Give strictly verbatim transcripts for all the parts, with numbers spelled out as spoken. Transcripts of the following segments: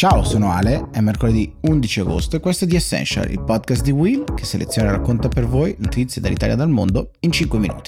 Ciao, sono Ale, è mercoledì undici agosto e questo è The Essential, il podcast di Will che seleziona e racconta per voi notizie dall'Italia e dal mondo in cinque minuti.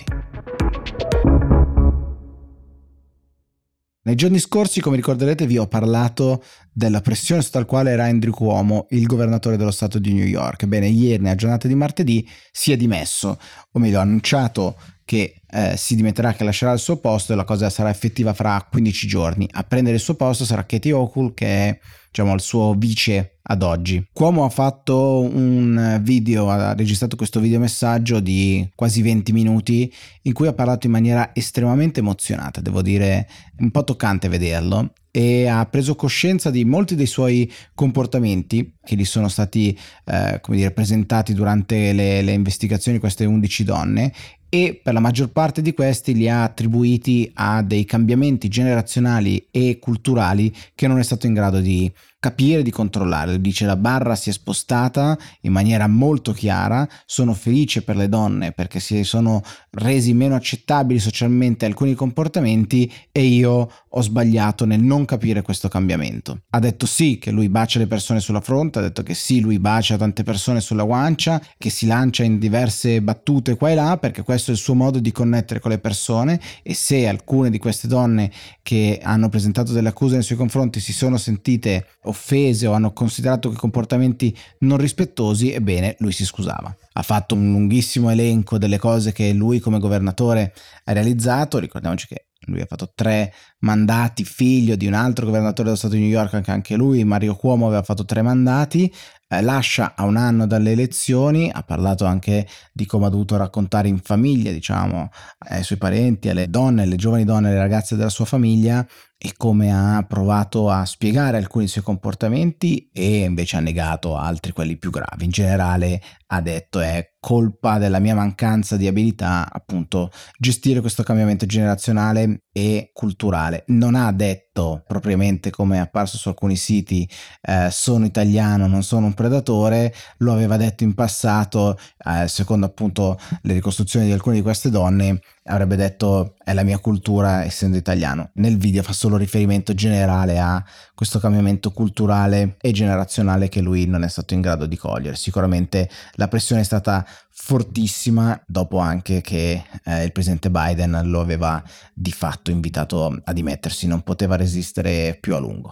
Nei giorni scorsi, come ricorderete, vi ho parlato della pressione sotto la quale era Andrew Cuomo, il governatore dello stato di New York. Ebbene, ieri, nella giornata di martedì, si è dimesso, o meglio, ha annunciato che eh, si dimetterà, che lascerà il suo posto e la cosa sarà effettiva fra quindici giorni. A prendere il suo posto sarà Katie Hochul, che è, diciamo, il suo vice ad oggi. Cuomo ha fatto un video, ha registrato questo videomessaggio di quasi venti minuti in cui ha parlato in maniera estremamente emozionata, devo dire un po' toccante vederlo, e ha preso coscienza di molti dei suoi comportamenti che gli sono stati eh, come dire, presentati durante le, le investigazioni di queste undici donne, e per la maggior parte di questi li ha attribuiti a dei cambiamenti generazionali e culturali che non è stato in grado di capire, di controllare. Dice: la barra si è spostata in maniera molto chiara, sono felice per le donne perché si sono resi meno accettabili socialmente alcuni comportamenti e io ho sbagliato nel non capire questo cambiamento. Ha detto sì che lui bacia le persone sulla fronte, ha detto che sì, lui bacia tante persone sulla guancia, che si lancia in diverse battute qua e là perché questo è il suo modo di connettere con le persone, e se alcune di queste donne che hanno presentato delle accuse nei suoi confronti si sono sentite offese o hanno considerato che comportamenti non rispettosi, ebbene lui si scusava. Ha fatto un lunghissimo elenco delle cose che lui come governatore ha realizzato. Ricordiamoci che lui ha fatto tre mandati, figlio di un altro governatore dello stato di New York, anche, anche lui, Mario Cuomo, aveva fatto tre mandati. Eh, lascia a un anno dalle elezioni, ha parlato anche di come ha dovuto raccontare in famiglia, diciamo, ai suoi parenti, alle donne, alle giovani donne, alle ragazze della sua famiglia, e come ha provato a spiegare alcuni dei suoi comportamenti e invece ha negato altri, quelli più gravi. In generale ha detto: è colpa della mia mancanza di abilità, appunto, gestire questo cambiamento generazionale e culturale. Non ha detto propriamente, come è apparso su alcuni siti, eh, sono italiano, non sono un predatore. Lo aveva detto in passato, eh, secondo appunto le ricostruzioni di alcune di queste donne, avrebbe detto è la mia cultura essendo italiano. Nel video fa solo riferimento generale a questo cambiamento culturale e generazionale che lui non è stato in grado di cogliere. Sicuramente la pressione è stata fortissima, dopo anche che eh, il presidente Biden lo aveva di fatto invitato a dimettersi, non poteva resistere più a lungo.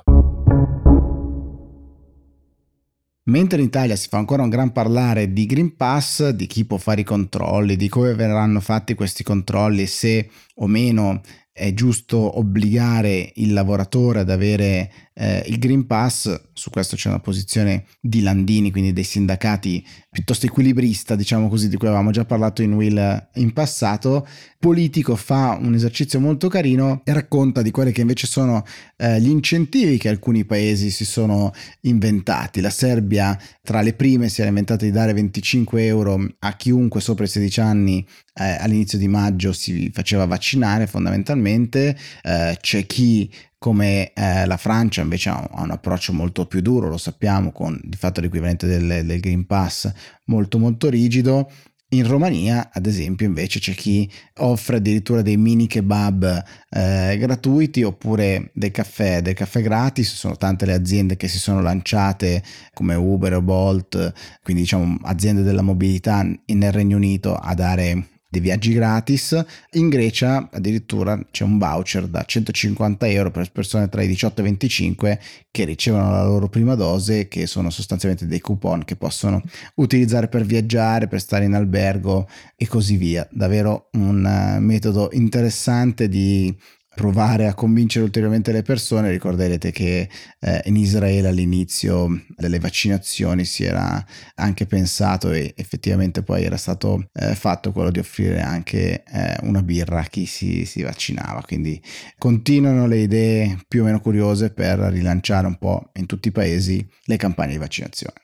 Mentre in Italia si fa ancora un gran parlare di Green Pass, di chi può fare i controlli, di come verranno fatti questi controlli, se o meno è giusto obbligare il lavoratore ad avere eh, il Green Pass. Su questo c'è una posizione di Landini, quindi dei sindacati, piuttosto equilibrista, diciamo così, di cui avevamo già parlato in Will in passato. Politico fa un esercizio molto carino e racconta di quelli che invece sono eh, gli incentivi che alcuni paesi si sono inventati. La Serbia tra le prime si era inventata di dare venticinque euro a chiunque sopra i sedici anni eh, all'inizio di maggio si faceva vaccinare fondamentalmente. Eh, c'è chi come eh, la Francia invece ha un approccio molto più duro, lo sappiamo, con di fatto l'equivalente del, del Green Pass molto molto rigido. In Romania, ad esempio, invece c'è chi offre addirittura dei mini kebab eh, gratuiti, oppure dei caffè, del caffè gratis. Sono tante le aziende che si sono lanciate, come Uber o Bolt, quindi diciamo aziende della mobilità nel Regno Unito, a dare dei viaggi gratis. In Grecia addirittura c'è un voucher da centocinquanta euro per persone tra i diciotto e i venticinque che ricevono la loro prima dose, che sono sostanzialmente dei coupon che possono utilizzare per viaggiare, per stare in albergo e così via. Davvero un metodo interessante di provare a convincere ulteriormente le persone. Ricorderete che eh, in Israele all'inizio delle vaccinazioni si era anche pensato, e effettivamente poi era stato eh, fatto, quello di offrire anche eh, una birra a chi si, si vaccinava. Quindi continuano le idee più o meno curiose per rilanciare un po' in tutti i paesi le campagne di vaccinazione.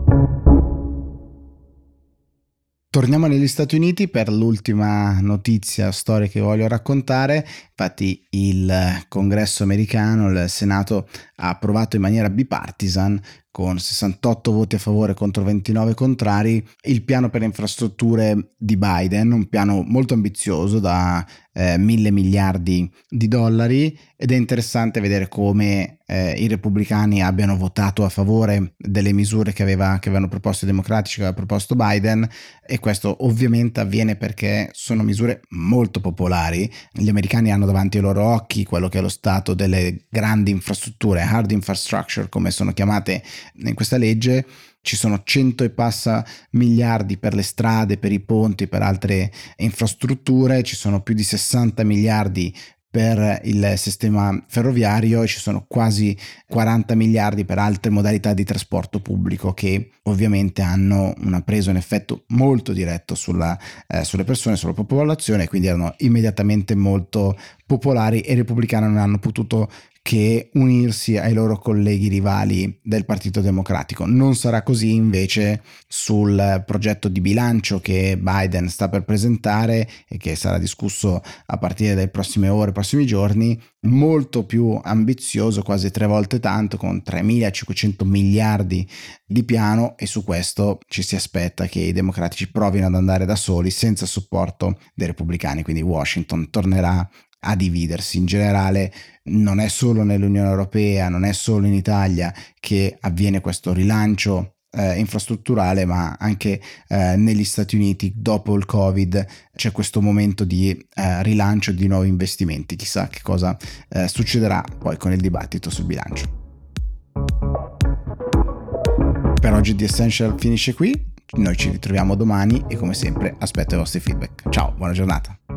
Torniamo negli Stati Uniti per l'ultima notizia storica che voglio raccontare. Infatti il Congresso americano, il Senato, ha approvato in maniera bipartisan, con sessantotto voti a favore contro ventinove contrari, il piano per le infrastrutture di Biden, un piano molto ambizioso da eh, mille miliardi di dollari, ed è interessante vedere come eh, i repubblicani abbiano votato a favore delle misure che, aveva, che avevano proposto i democratici, che aveva proposto Biden, e questo ovviamente avviene perché sono misure molto popolari. Gli americani hanno davanti ai loro occhi quello che è lo stato delle grandi infrastrutture, hard infrastructure come sono chiamate in questa legge. Ci sono cento e passa miliardi per le strade, per i ponti, per altre infrastrutture, ci sono più di sessanta miliardi per il sistema ferroviario e ci sono quasi quaranta miliardi per altre modalità di trasporto pubblico che ovviamente hanno una presa, un effetto molto diretto sulla, eh, sulle persone, sulla popolazione, quindi erano immediatamente molto popolari e i repubblicani non hanno potuto che unirsi ai loro colleghi rivali del Partito Democratico. Non sarà così invece sul progetto di bilancio che Biden sta per presentare e che sarà discusso a partire dalle prossime ore, prossimi giorni, molto più ambizioso, quasi tre volte tanto, con tremilacinquecento miliardi di piano, e su questo ci si aspetta che i democratici provino ad andare da soli senza supporto dei repubblicani, quindi Washington tornerà a dividersi. In generale non è solo nell'Unione Europea, non è solo in Italia che avviene questo rilancio eh, infrastrutturale, ma anche eh, negli Stati Uniti dopo il Covid c'è questo momento di eh, rilancio di nuovi investimenti. Chissà che cosa eh, succederà poi con il dibattito sul bilancio. Per oggi The Essential finisce qui, noi ci ritroviamo domani e come sempre aspetto i vostri feedback. Ciao, buona giornata.